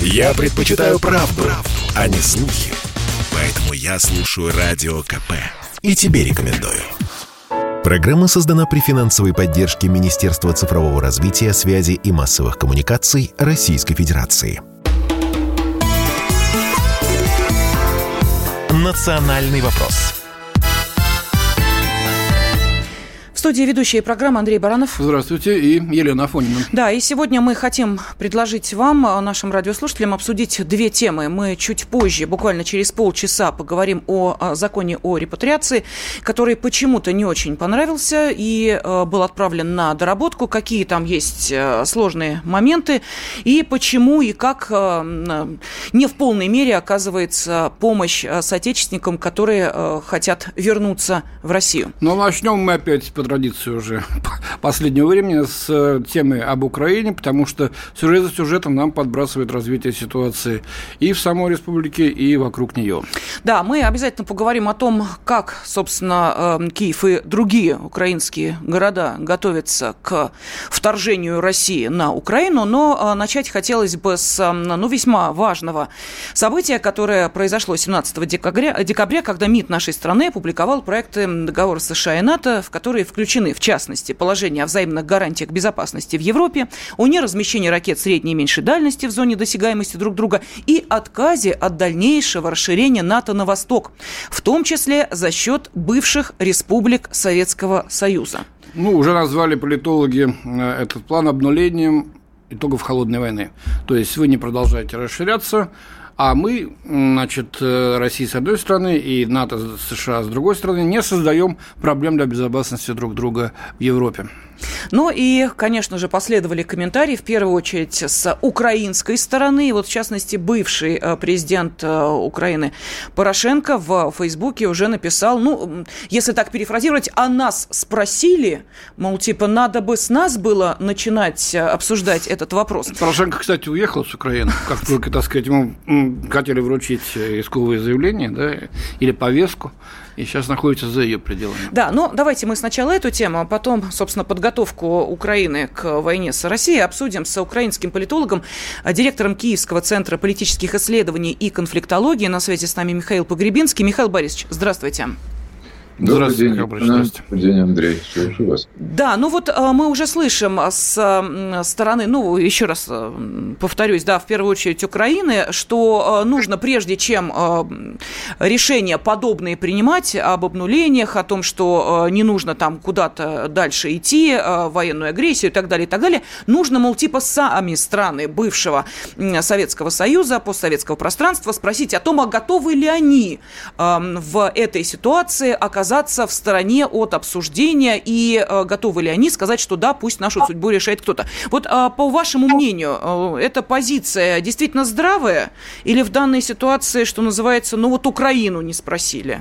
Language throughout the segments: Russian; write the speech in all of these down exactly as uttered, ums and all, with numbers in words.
Я предпочитаю правду, правду, а не слухи. Поэтому я слушаю Радио КП. И тебе рекомендую. Программа создана при финансовой поддержке Министерства цифрового развития, связи и массовых коммуникаций Российской Федерации. Национальный вопрос. В студии ведущая программы Андрей Баранов. Здравствуйте, и Елена Афонина. Да, и сегодня мы хотим предложить вам, нашим радиослушателям, обсудить две темы. Мы чуть позже, буквально через полчаса, поговорим о законе о репатриации, который почему-то не очень понравился и был отправлен на доработку. Какие там есть сложные моменты и почему и как не в полной мере оказывается помощь соотечественникам, которые хотят вернуться в Россию. Ну, начнем мы опять по традиции уже последнего времени с темы об Украине, потому что сюжет за сюжетом нам подбрасывает развитие ситуации и в самой республике, и вокруг нее. Да, мы обязательно поговорим о том, как, собственно, Киев и другие украинские города готовятся к вторжению России на Украину, но начать хотелось бы с ну, весьма важного события, которое произошло семнадцатого декабря, декабря, когда МИД нашей страны опубликовал проекты договора США и НАТО, в которые включены, в частности, положения о взаимных гарантиях безопасности в Европе, о неразмещении ракет средней и меньшей дальности в зоне досягаемости друг друга и отказе от дальнейшего расширения НАТО на восток, в том числе за счет бывших республик Советского Союза. Ну, уже назвали политологи этот план обнулением итогов холодной войны. То есть вы не продолжаете расширяться, а мы, значит, Россия с одной стороны и НАТО, США с другой стороны, не создаем проблем для безопасности друг друга в Европе. Ну и, конечно же, последовали комментарии, в первую очередь, с украинской стороны. Вот, в частности, бывший президент Украины Порошенко в Фейсбуке уже написал, ну, если так перефразировать, о нас спросили, мол, типа, надо бы с нас было начинать обсуждать этот вопрос. Порошенко, кстати, уехал с Украины, как только, так сказать, ему хотели вручить исковое заявление, да, или повестку. И сейчас находится за ее пределами. Да, ну давайте мы сначала эту тему, а потом, собственно, подготовку Украины к войне с Россией обсудим с украинским политологом, директором Киевского центра политических исследований и конфликтологии. На связи с нами Михаил Погребинский. Михаил Борисович, здравствуйте. Добрый день, Добрый день, Андрей. Слушаю вас. Да, ну вот мы уже слышим с стороны, ну, еще раз повторюсь, да, в первую очередь Украины, что нужно, прежде чем решения подобные принимать об обнулениях, о том, что не нужно там куда-то дальше идти, военную агрессию и так далее, и так далее, нужно, мол, типа сами страны бывшего Советского Союза, постсоветского пространства спросить о том, а готовы ли они в этой ситуации оказаться оказаться в стороне от обсуждения и э, готовы ли они сказать, что да, пусть нашу судьбу решает кто-то. Вот э, по вашему мнению, э, эта позиция действительно здравая или в данной ситуации, что называется, ну вот Украину не спросили?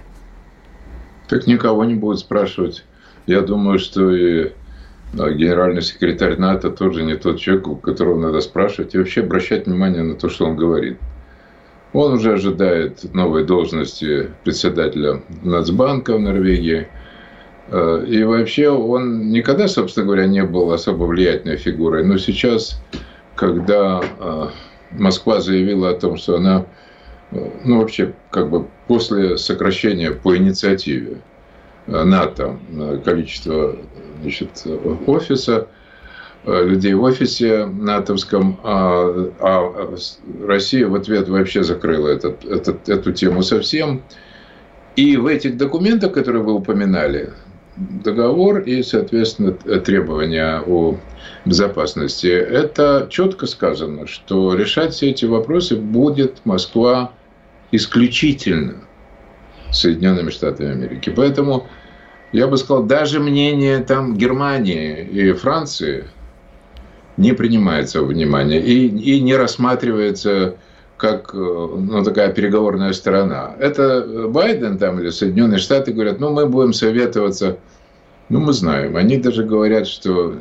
Так никого не будут спрашивать. Я думаю, что и да, генеральный секретарь НАТО тоже не тот человек, у которого надо спрашивать и вообще обращать внимание на то, что он говорит. Он уже ожидает новой должности председателя Нацбанка в Норвегии. И вообще он никогда, собственно говоря, не был особо влиятельной фигурой. Но сейчас, когда Москва заявила о том, что она, ну вообще, как бы после сокращения по инициативе НАТО количества, значит, офиса, людей в офисе натовском, а, а Россия в ответ вообще закрыла этот, этот, эту тему совсем. И в этих документах, которые вы упоминали, договор и, соответственно, требования о безопасности, это четко сказано, что решать все эти вопросы будет Москва исключительно Соединенными Штатами Америки. Поэтому я бы сказал, даже мнение там Германии и Франции не принимается во внимание и, и не рассматривается как, ну, такая переговорная сторона. Это Байден там или Соединенные Штаты говорят, ну, мы будем советоваться. Ну, мы знаем. Они даже говорят, что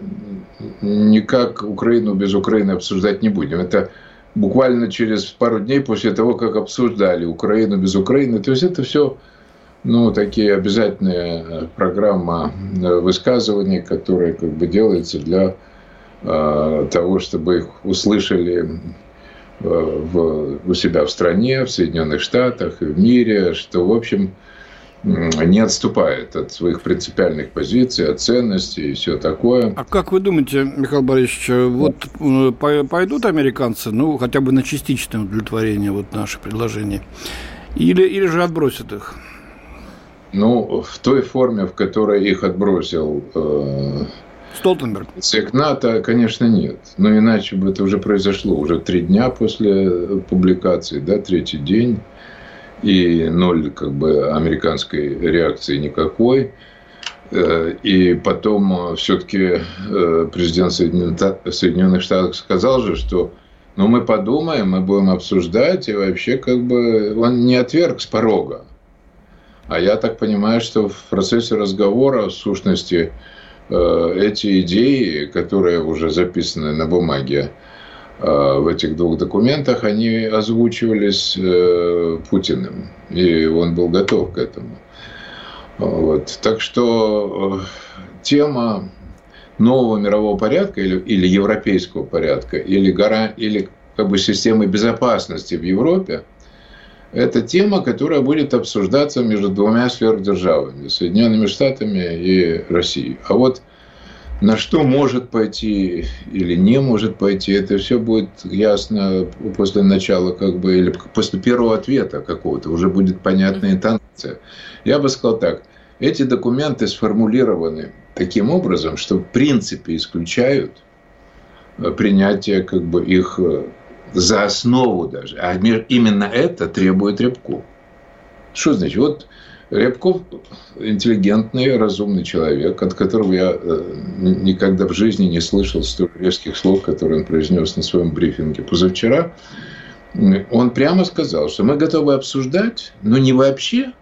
никак Украину без Украины обсуждать не будем. Это буквально через пару дней после того, как обсуждали Украину без Украины. То есть это все, ну, такие обязательные программа высказываний, которые как бы делаются для того, чтобы их услышали в, у себя в стране, в Соединенных Штатах и в мире, что, в общем, не отступает от своих принципиальных позиций, от ценностей и все такое. А как вы думаете, Михаил Борисович, вот пойдут американцы, ну, хотя бы на частичное удовлетворение вот наших предложений, или, или же отбросят их? Ну, в той форме, в которой их отбросил э, Столтенберг. ЦЕК НАТО, конечно, нет. Но иначе бы это уже произошло. Уже три дня после публикации, да, третий день. И ноль как бы американской реакции никакой. И потом все-таки президент Соединенных Штатов сказал же, что ну, мы подумаем, мы будем обсуждать. И вообще как бы он не отверг с порога. А я так понимаю, что в процессе разговора, в сущности, эти идеи, которые уже записаны на бумаге в этих двух документах, они озвучивались Путиным. И он был готов к этому. Вот. Так что тема нового мирового порядка или, или европейского порядка, или, гора, или как бы системы безопасности в Европе, это тема, которая будет обсуждаться между двумя сверхдержавами, Соединенными Штатами и Россией. А вот на что может пойти или не может пойти, это все будет ясно после начала, как бы, или после первого ответа какого-то, уже будет понятная интонация. Я бы сказал так, эти документы сформулированы таким образом, что в принципе исключают принятие как бы их за основу даже. А именно это требует Рябков. Что значит? Вот Рябков интеллигентный, разумный человек, от которого я никогда в жизни не слышал столь резких слов, которые он произнес на своем брифинге позавчера. Он прямо сказал, что мы готовы обсуждать, но не вообще,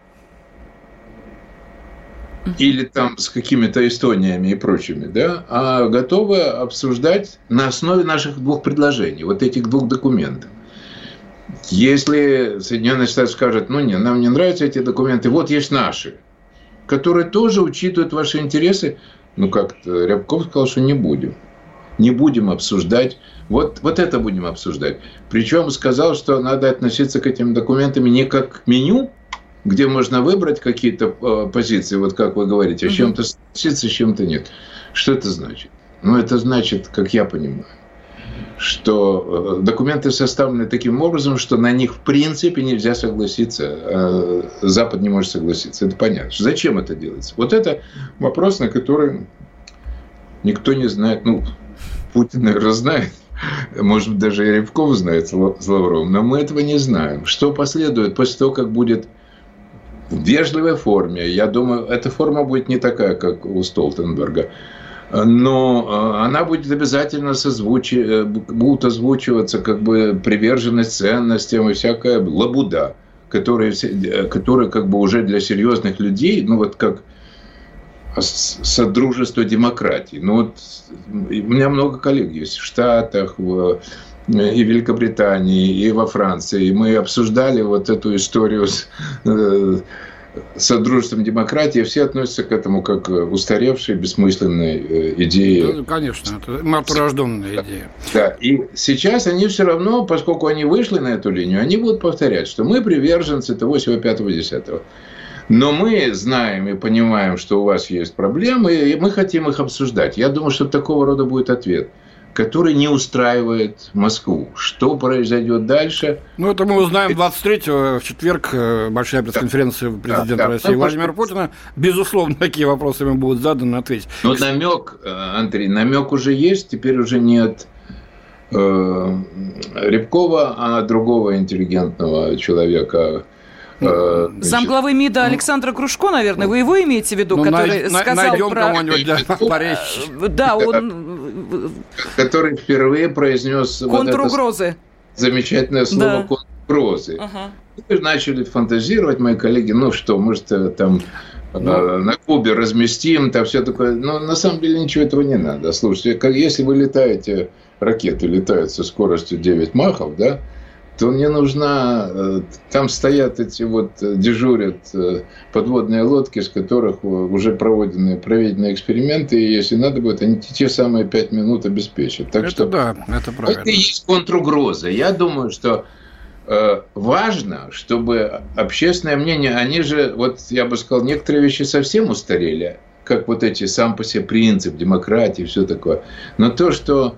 или там с какими-то Эстониями и прочими, да, а готовы обсуждать на основе наших двух предложений, вот этих двух документов. Если Соединенные Штаты скажут, ну нет, нам не нравятся эти документы, вот есть наши, которые тоже учитывают ваши интересы, ну как-то Рябков сказал, что не будем. Не будем обсуждать, вот, вот это будем обсуждать. Причем сказал, что надо относиться к этим документам не как к меню, где можно выбрать какие-то э, позиции, вот как вы говорите, а с чем-то согласиться, с чем-то нет. Что это значит? Ну, это значит, как я понимаю, что э, документы составлены таким образом, что на них в принципе нельзя согласиться, э, Запад не может согласиться. Это понятно. Зачем это делается? Вот это вопрос, на который никто не знает. Ну, Путин, наверное, знает. Может быть, даже и Рябков знает с Лавровым. Но мы этого не знаем. Что последует после того, как будет в вежливой форме. Я думаю, эта форма будет не такая, как у Столтенберга. Но она будет обязательно созвучи... будут озвучиваться как бы приверженность ценностям и всякая лабуда, которая, которая как бы уже для серьезных людей, ну вот как содружество демократии. Ну вот у меня много коллег есть в Штатах, в и в Великобритании, и во Франции. И мы обсуждали вот эту историю с э, содружеством демократии. Все относятся к этому как устаревшей, бессмысленной э, идее. Ну, конечно, это марторожденная идея. Да, и сейчас они все равно, поскольку они вышли на эту линию, они будут повторять, что мы приверженцы того, всего, пятого, десятого. Но мы знаем и понимаем, что у вас есть проблемы, и мы хотим их обсуждать. Я думаю, что такого рода будет ответ, который не устраивает Москву. Что произойдет дальше? Ну, это мы узнаем двадцать третьего, в четверг, большая пресс-конференция президента да, да. России да, Владимира может... Путина. Безусловно, такие вопросы ему будут заданы, ответить. Но намек, Андрей, намек уже есть, теперь уже нет э, Рябкова, а другого интеллигентного человека. Замглавы МИДа Александра Кружко, наверное, вы его имеете в виду, ну, который на, сказал найдем про... кого-нибудь для порезче. Да, он... Который впервые произнес контругрозы. Вот это замечательное слово да. контругрозы. Ага. И начали фантазировать мои коллеги, ну что, может, там ну. на Кубе разместим, там все такое. Но на самом деле ничего этого не надо. Слушайте, если вы летаете, ракеты летают со скоростью девять махов, да, то не нужна... Там стоят эти вот, дежурят подводные лодки, с которых уже проведены, проведены эксперименты, и если надо будет, они те самые пять минут обеспечат. Так это что да, это правильно. Это и есть контругроза. Я думаю, что э, важно, чтобы общественное мнение, они же, вот я бы сказал, некоторые вещи совсем устарели, как вот эти сам по себе принцип демократии, все такое. Но то, что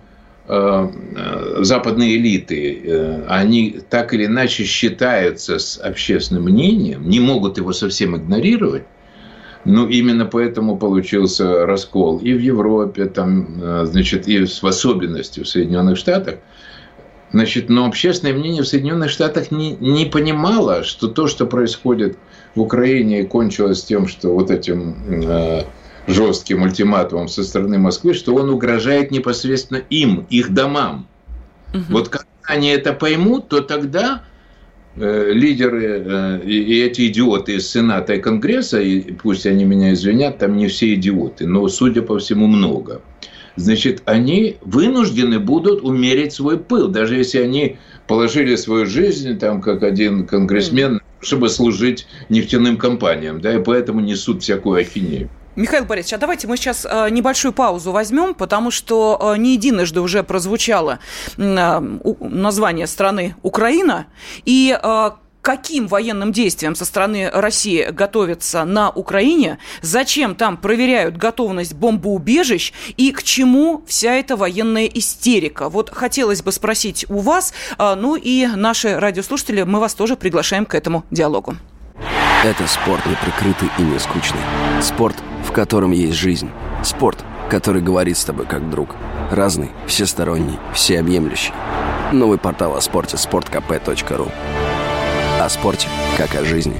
западные элиты, они так или иначе считаются с общественным мнением, не могут его совсем игнорировать, но именно поэтому получился раскол и в Европе, там, значит, и в особенности в Соединенных Штатах. Значит, но общественное мнение в Соединенных Штатах не, не понимало, что то, что происходит в Украине, кончилось тем, что вот этим... жестким ультиматумом со стороны Москвы, что он угрожает непосредственно им, их домам. Угу. Вот когда они это поймут, то тогда э, лидеры э, и, и эти идиоты из Сената и Конгресса, и пусть они меня извинят, там не все идиоты, но, судя по всему, много. Значит, они вынуждены будут умерить свой пыл, даже если они положили свою жизнь, там, как один конгрессмен, чтобы служить нефтяным компаниям, да, и поэтому несут всякую ахинею. Михаил Борисович, а давайте мы сейчас э, небольшую паузу возьмем, потому что э, не единожды уже прозвучало э, название страны Украина, и э, каким военным действиям со стороны России готовятся на Украине, зачем там проверяют готовность бомбоубежищ и к чему вся эта военная истерика. Вот хотелось бы спросить у вас, э, ну и наши радиослушатели, мы вас тоже приглашаем к этому диалогу. Это спорт неприкрытый и не скучный. Спорт, в котором есть жизнь. Спорт, который говорит с тобой как друг. Разный, всесторонний, всеобъемлющий. Новый портал о спорте – спорт кэ пэ точка ру. О спорте, как о жизни.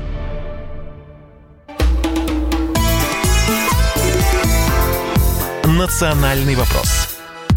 Национальный вопрос.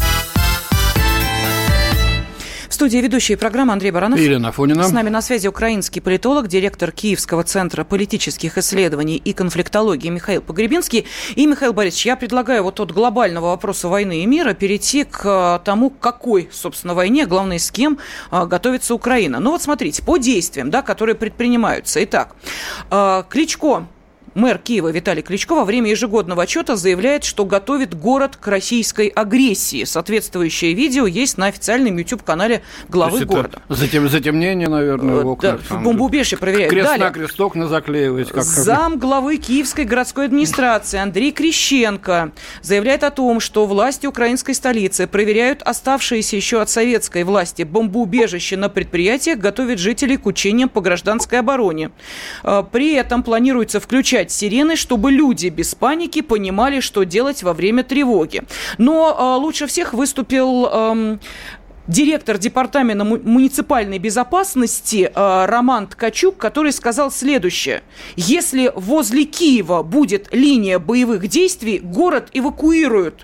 В студии ведущие программы Андрей Баранов. Елена Афонина. С нами на связи украинский политолог, директор Киевского центра политических исследований и конфликтологии Михаил Погребинский. И, Михаил Борисович, я предлагаю вот от глобального вопроса войны и мира перейти к тому, к какой, собственно, войне, главное, с кем готовится Украина. Ну вот смотрите, по действиям, да, которые предпринимаются. Итак, Кличко... Мэр Киева Виталий Кличко во время ежегодного отчета заявляет, что готовит город к российской агрессии. Соответствующее видео есть на официальном YouTube-канале главы города. Затем, затемнение, наверное, в окнах. Да, бомбоубежище проверяют. Крест Далее. на кресток заклеивать. Как, Зам главы Киевской городской администрации Андрей Крещенко заявляет о том, что власти украинской столицы проверяют оставшиеся еще от советской власти бомбоубежища на предприятиях, готовят жителей к учениям по гражданской обороне. При этом планируется включать сирены, чтобы люди без паники понимали, что делать во время тревоги. Но э, лучше всех выступил э, директор департамента муниципальной безопасности э, Роман Ткачук, который сказал следующее. Если возле Киева будет линия боевых действий, город эвакуируют.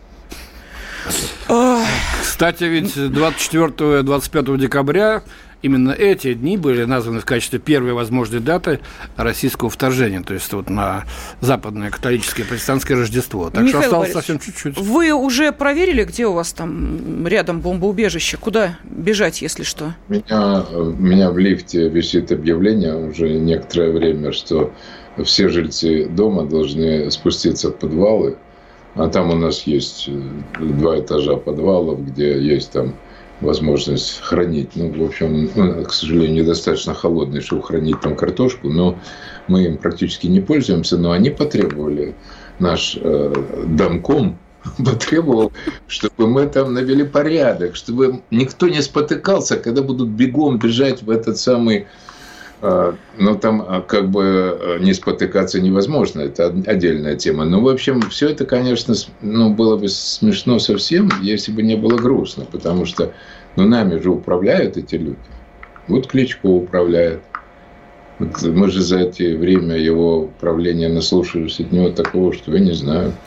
Кстати, ведь двадцать четвёртого - двадцать пятого декабря именно эти дни были названы в качестве первой возможной даты российского вторжения, то есть вот на западное католическое протестантское Рождество. Так Михаил что осталось Борисович, совсем чуть-чуть. Вы уже проверили, где у вас там рядом бомбоубежище? Куда бежать, если что? У меня, у меня в лифте висит объявление уже некоторое время, что все жильцы дома должны спуститься в подвалы, а там у нас есть два этажа подвалов, где есть там возможность хранить. Ну, в общем, к сожалению, недостаточно холодный, чтобы хранить там картошку, но мы им практически не пользуемся, но они потребовали, наш э, домком потребовал, чтобы мы там навели порядок, чтобы никто не спотыкался, когда будут бегом бежать в этот самый... Э, ну, там как бы не спотыкаться невозможно, это отдельная тема. Но, в общем, все это, конечно, ну, было бы смешно совсем, если бы не было грустно, потому что ну, нами же управляют эти люди. Вот Кличко управляет. Вот мы же за это время его правления наслушались от него такого, что я не знаю.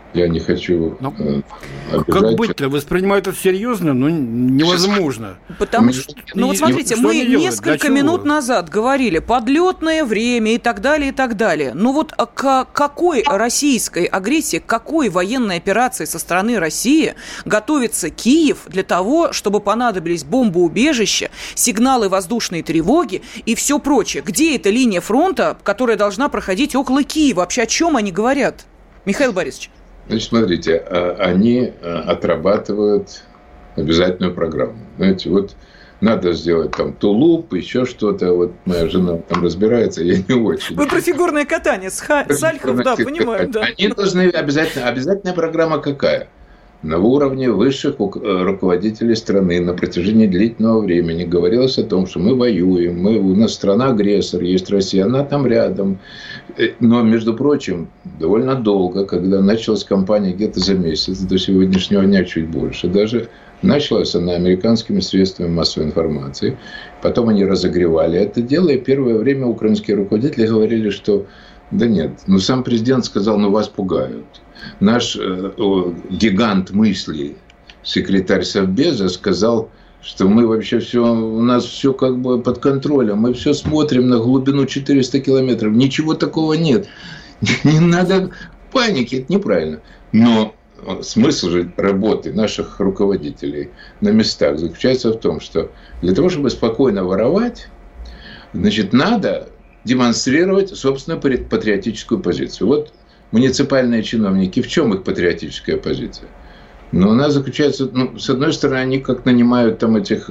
Я не хочу ну, э, обижать. Как быть-то? Воспринимают это серьезно? Ну, невозможно. Потому что, ну вот смотрите, мы несколько минут назад говорили подлетное время и так далее, и так далее. Ну вот к какой российской агрессии, к какой военной операции со стороны России готовится Киев для того, чтобы понадобились бомбоубежища, сигналы воздушной тревоги и все прочее? Где эта линия фронта, которая должна проходить около Киева? Вообще о чем они говорят? Михаил Борисович. Значит, смотрите, они отрабатывают обязательную программу. Знаете, вот надо сделать там тулуп, еще что-то. Вот моя жена там разбирается, я не очень. Вы про фигурное катание с, ха- с Альхов, да, понимаю. Да. Они должны обязательно... Обязательная программа какая? На уровне высших руководителей страны на протяжении длительного времени говорилось о том, что мы воюем, мы, у нас страна-агрессор, есть Россия, она там рядом. Но, между прочим, довольно долго, когда началась кампания где-то за месяц, до сегодняшнего дня чуть больше, даже началась она американскими средствами массовой информации. Потом они разогревали это дело, и первое время украинские руководители говорили, что да нет, ну сам президент сказал, ну вас пугают. Наш э, о, гигант мысли, секретарь Совбеза, сказал, что мы вообще все, у нас все как бы под контролем, мы все смотрим на глубину четыреста километров, ничего такого нет. Не надо паники, это неправильно. Но смысл же работы наших руководителей на местах заключается в том, что для того, чтобы спокойно воровать, значит, надо демонстрировать собственную патриотическую позицию. Вот муниципальные чиновники, в чем их патриотическая позиция? Но она заключается, ну, с одной стороны, они как нанимают там этих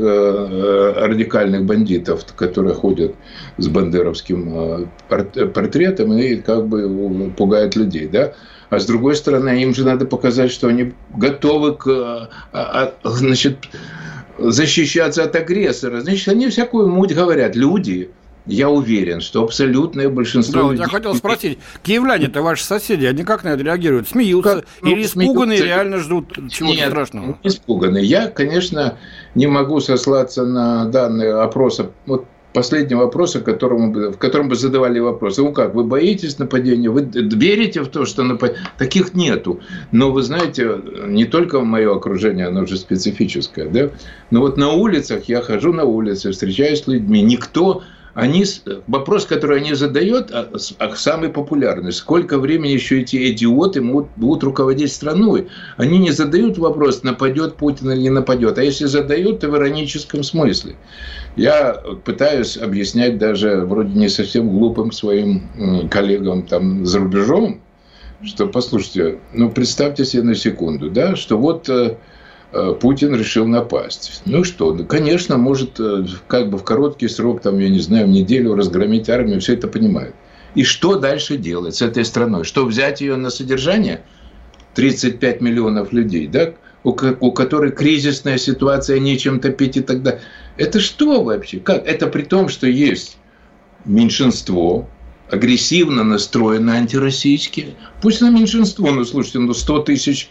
э, радикальных бандитов, которые ходят с бандеровским э, портретом и как бы пугают людей, да? А с другой стороны, им же надо показать, что они готовы к, э, э, значит, защищаться от агрессора. Значит, они всякую муть говорят. Люди... Я уверен, что абсолютное большинство да, людей... Я хотел спросить, киевляне-то ваши соседи, они как на это реагируют? Смеются? Как? Ну, или испуганные, смеются. Реально ждут чего-то Нет, страшного? Не испуганные. Я, конечно, не могу сослаться на данные опроса. Вот последнего вопроса, которому, в котором бы задавали вопросы. Ну как, вы боитесь нападения? Вы верите в то, что нападение? Таких нету. Но вы знаете, не только мое окружение, оно же специфическое. Да? Но вот на улицах, я хожу на улице, встречаюсь с людьми, никто... Они, вопрос, который они задают, самый популярный. Сколько времени еще эти идиоты будут, будут руководить страной? Они не задают вопрос, нападет Путин или не нападет. А если задают, то в ироническом смысле. Я пытаюсь объяснять даже вроде не совсем глупым своим коллегам там за рубежом, что, послушайте, ну представьте себе на секунду, да, что вот... Путин решил напасть. Ну что, ну, конечно, может как бы в короткий срок, там, я не знаю, в неделю разгромить армию, все это понимают. И что дальше делать с этой страной? Что, взять ее на содержание? тридцать пять миллионов людей, да? у, у которой кризисная ситуация, нечем топить и так далее. Это что вообще? Как? Это при том, что есть меньшинство, агрессивно настроены антироссийские. Пусть на меньшинство, ну, слушайте, ну, сто тысяч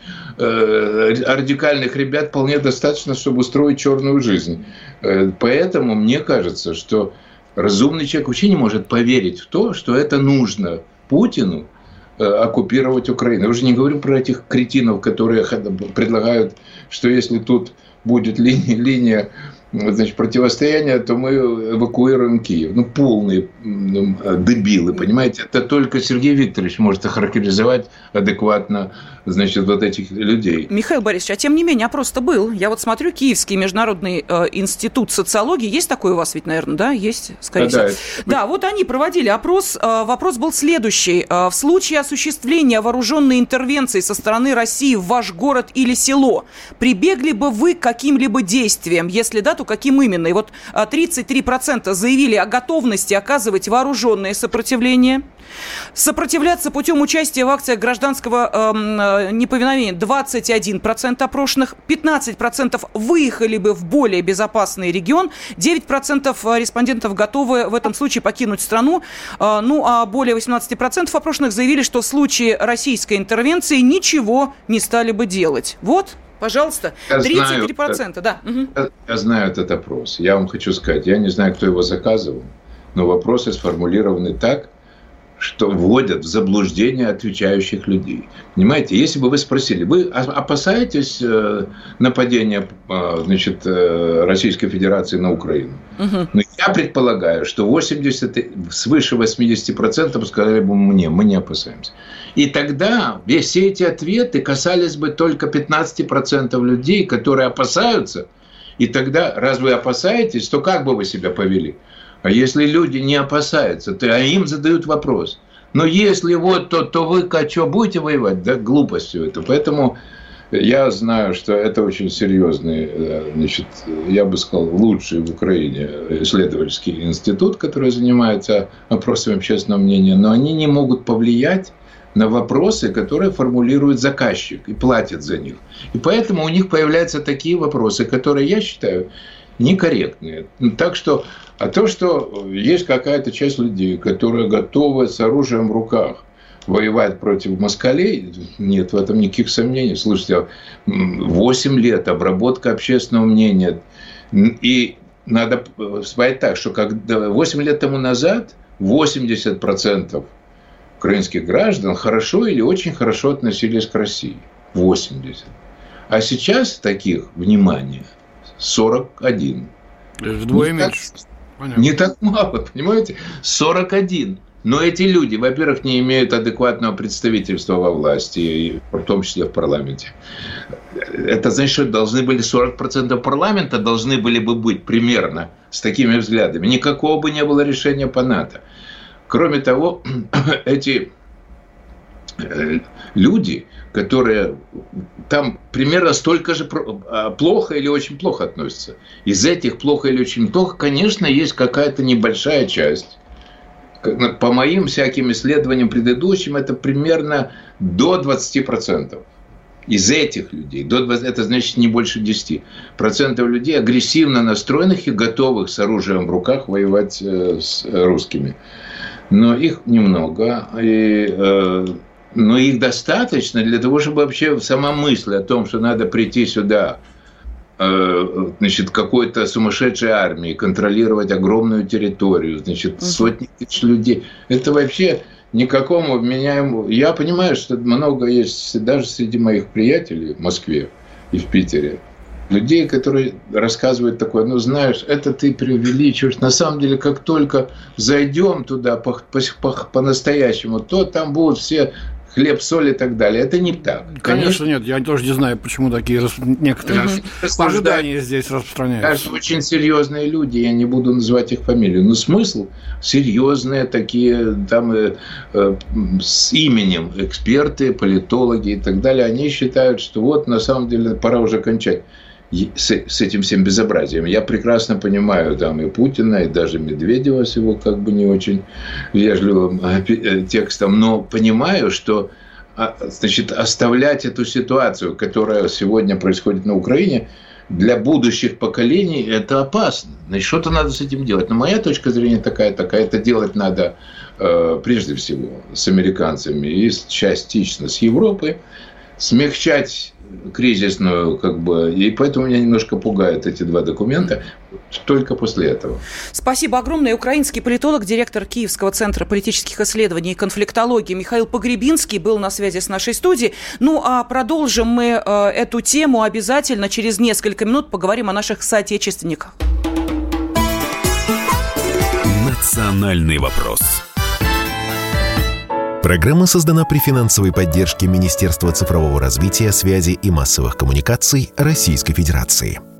э, радикальных ребят вполне достаточно, чтобы устроить черную жизнь. Э, поэтому мне кажется, что разумный человек вообще не может поверить в то, что это нужно Путину э, оккупировать Украину. Я уже не говорю про этих кретинов, которые предлагают, что если тут будет линия, линия значит, противостояние, то мы эвакуируем Киев. Ну, полные ну, дебилы, понимаете? Это только Сергей Викторович может охарактеризовать адекватно, значит, вот этих людей. Михаил Борисович, а тем не менее, опрос-то был. Я вот смотрю, Киевский международный э, институт социологии. Есть такой у вас ведь, наверное, да? Есть, скорее всего. Да, это... да, вот они проводили опрос. Э, вопрос был следующий. Э, в случае осуществления вооруженной интервенции со стороны России в ваш город или село, прибегли бы вы к каким-либо действиям? Если да, то каким именно? И вот тридцать три процента заявили о готовности оказывать вооруженное сопротивление. Сопротивляться путем участия в акциях гражданского э, неповиновения двадцать один процент опрошенных, пятнадцать процентов выехали бы в более безопасный регион, девять процентов респондентов готовы в этом случае покинуть страну, э, ну а более восемнадцать процентов опрошенных заявили, что в случае российской интервенции ничего не стали бы делать. Вот. Пожалуйста, тридцать три процента, да. Я, я знаю этот опрос. Я вам хочу сказать, я не знаю, кто его заказывал, но вопросы сформулированы так, что вводят в заблуждение отвечающих людей. Понимаете, если бы вы спросили, вы опасаетесь нападения, значит, Российской Федерации на Украину? Угу. Но я предполагаю, что восемьдесят, свыше восемьдесят процентов сказали бы мне, мы не опасаемся. И тогда все эти ответы касались бы только пятнадцать процентов людей, которые опасаются. И тогда, раз вы опасаетесь, то как бы вы себя повели? А если люди не опасаются, то а им задают вопрос. Но если вот то, то вы что, будете воевать? Да, глупостью это. Поэтому я знаю, что это очень серьезный, значит, я бы сказал, лучший в Украине исследовательский институт, который занимается опросами общественного мнения, но они не могут повлиять на вопросы, которые формулирует заказчик и платит за них. И поэтому у них появляются такие вопросы, которые, я считаю, некорректные. Так что, а то, что есть какая-то часть людей, которые готовы с оружием в руках воевать против москалей, нет в этом никаких сомнений. Слушайте, восемь лет обработка общественного мнения. И надо сказать так, что когда восемь лет тому назад восемьдесят процентов украинских граждан хорошо или очень хорошо относились к России. восемьдесят. А сейчас таких, внимание, сорок один. Вдвое не меньше. Так, не так мало, понимаете? сорок один. Но эти люди, во-первых, не имеют адекватного представительства во власти, в том числе в парламенте. Это значит, что должны были сорок процентов парламента должны были бы быть примерно с такими взглядами. Никакого бы не было решения по НАТО. Кроме того, эти люди, которые там примерно столько же плохо или очень плохо относятся. Из этих плохо или очень плохо, конечно, есть какая-то небольшая часть. По моим всяким исследованиям предыдущим, это примерно до двадцати процентов. Из этих людей, до двадцати, это значит не больше десяти процентов людей, агрессивно настроенных и готовых с оружием в руках воевать с русскими. Но их немного, и, э, но их достаточно для того, чтобы вообще сама мысль о том, что надо прийти сюда, э, значит, какой-то сумасшедшей армии, контролировать огромную территорию, значит, сотни тысяч людей, это вообще никакому вменяемому... Я понимаю, что много есть даже среди моих приятелей в Москве и в Питере, людей, которые рассказывают такое, ну, знаешь, это ты преувеличиваешь. На самом деле, как только зайдем туда по- по- по-настоящему, то там будут все хлеб, соль и так далее. Это не так. Конечно, Конечно нет. Я тоже не знаю, почему такие рас... некоторые угу. ожидания здесь распространяются. Кажется, очень серьезные люди, я не буду называть их фамилию, но смысл серьезные такие, там э, э, с именем эксперты, политологи и так далее, они считают, что вот на самом деле пора уже кончать с, с этим всем безобразием. Я прекрасно понимаю там и Путина, и даже Медведева с его как бы не очень вежливым текстом, но понимаю, что, значит, оставлять эту ситуацию, которая сегодня происходит на Украине, для будущих поколений это опасно. Значит, что-то надо с этим делать. Но моя точка зрения такая, такая, это делать надо э, прежде всего с американцами и частично с Европой, смягчать кризисную, как бы, и поэтому меня немножко пугают эти два документа только после этого. Спасибо огромное. Украинский политолог, директор Киевского центра политических исследований и конфликтологии Михаил Погребинский был на связи с нашей студией. Ну, а продолжим мы э, эту тему обязательно через несколько минут. Поговорим о наших соотечественниках. Национальный вопрос. Программа создана при финансовой поддержке Министерства цифрового развития, связи и массовых коммуникаций Российской Федерации.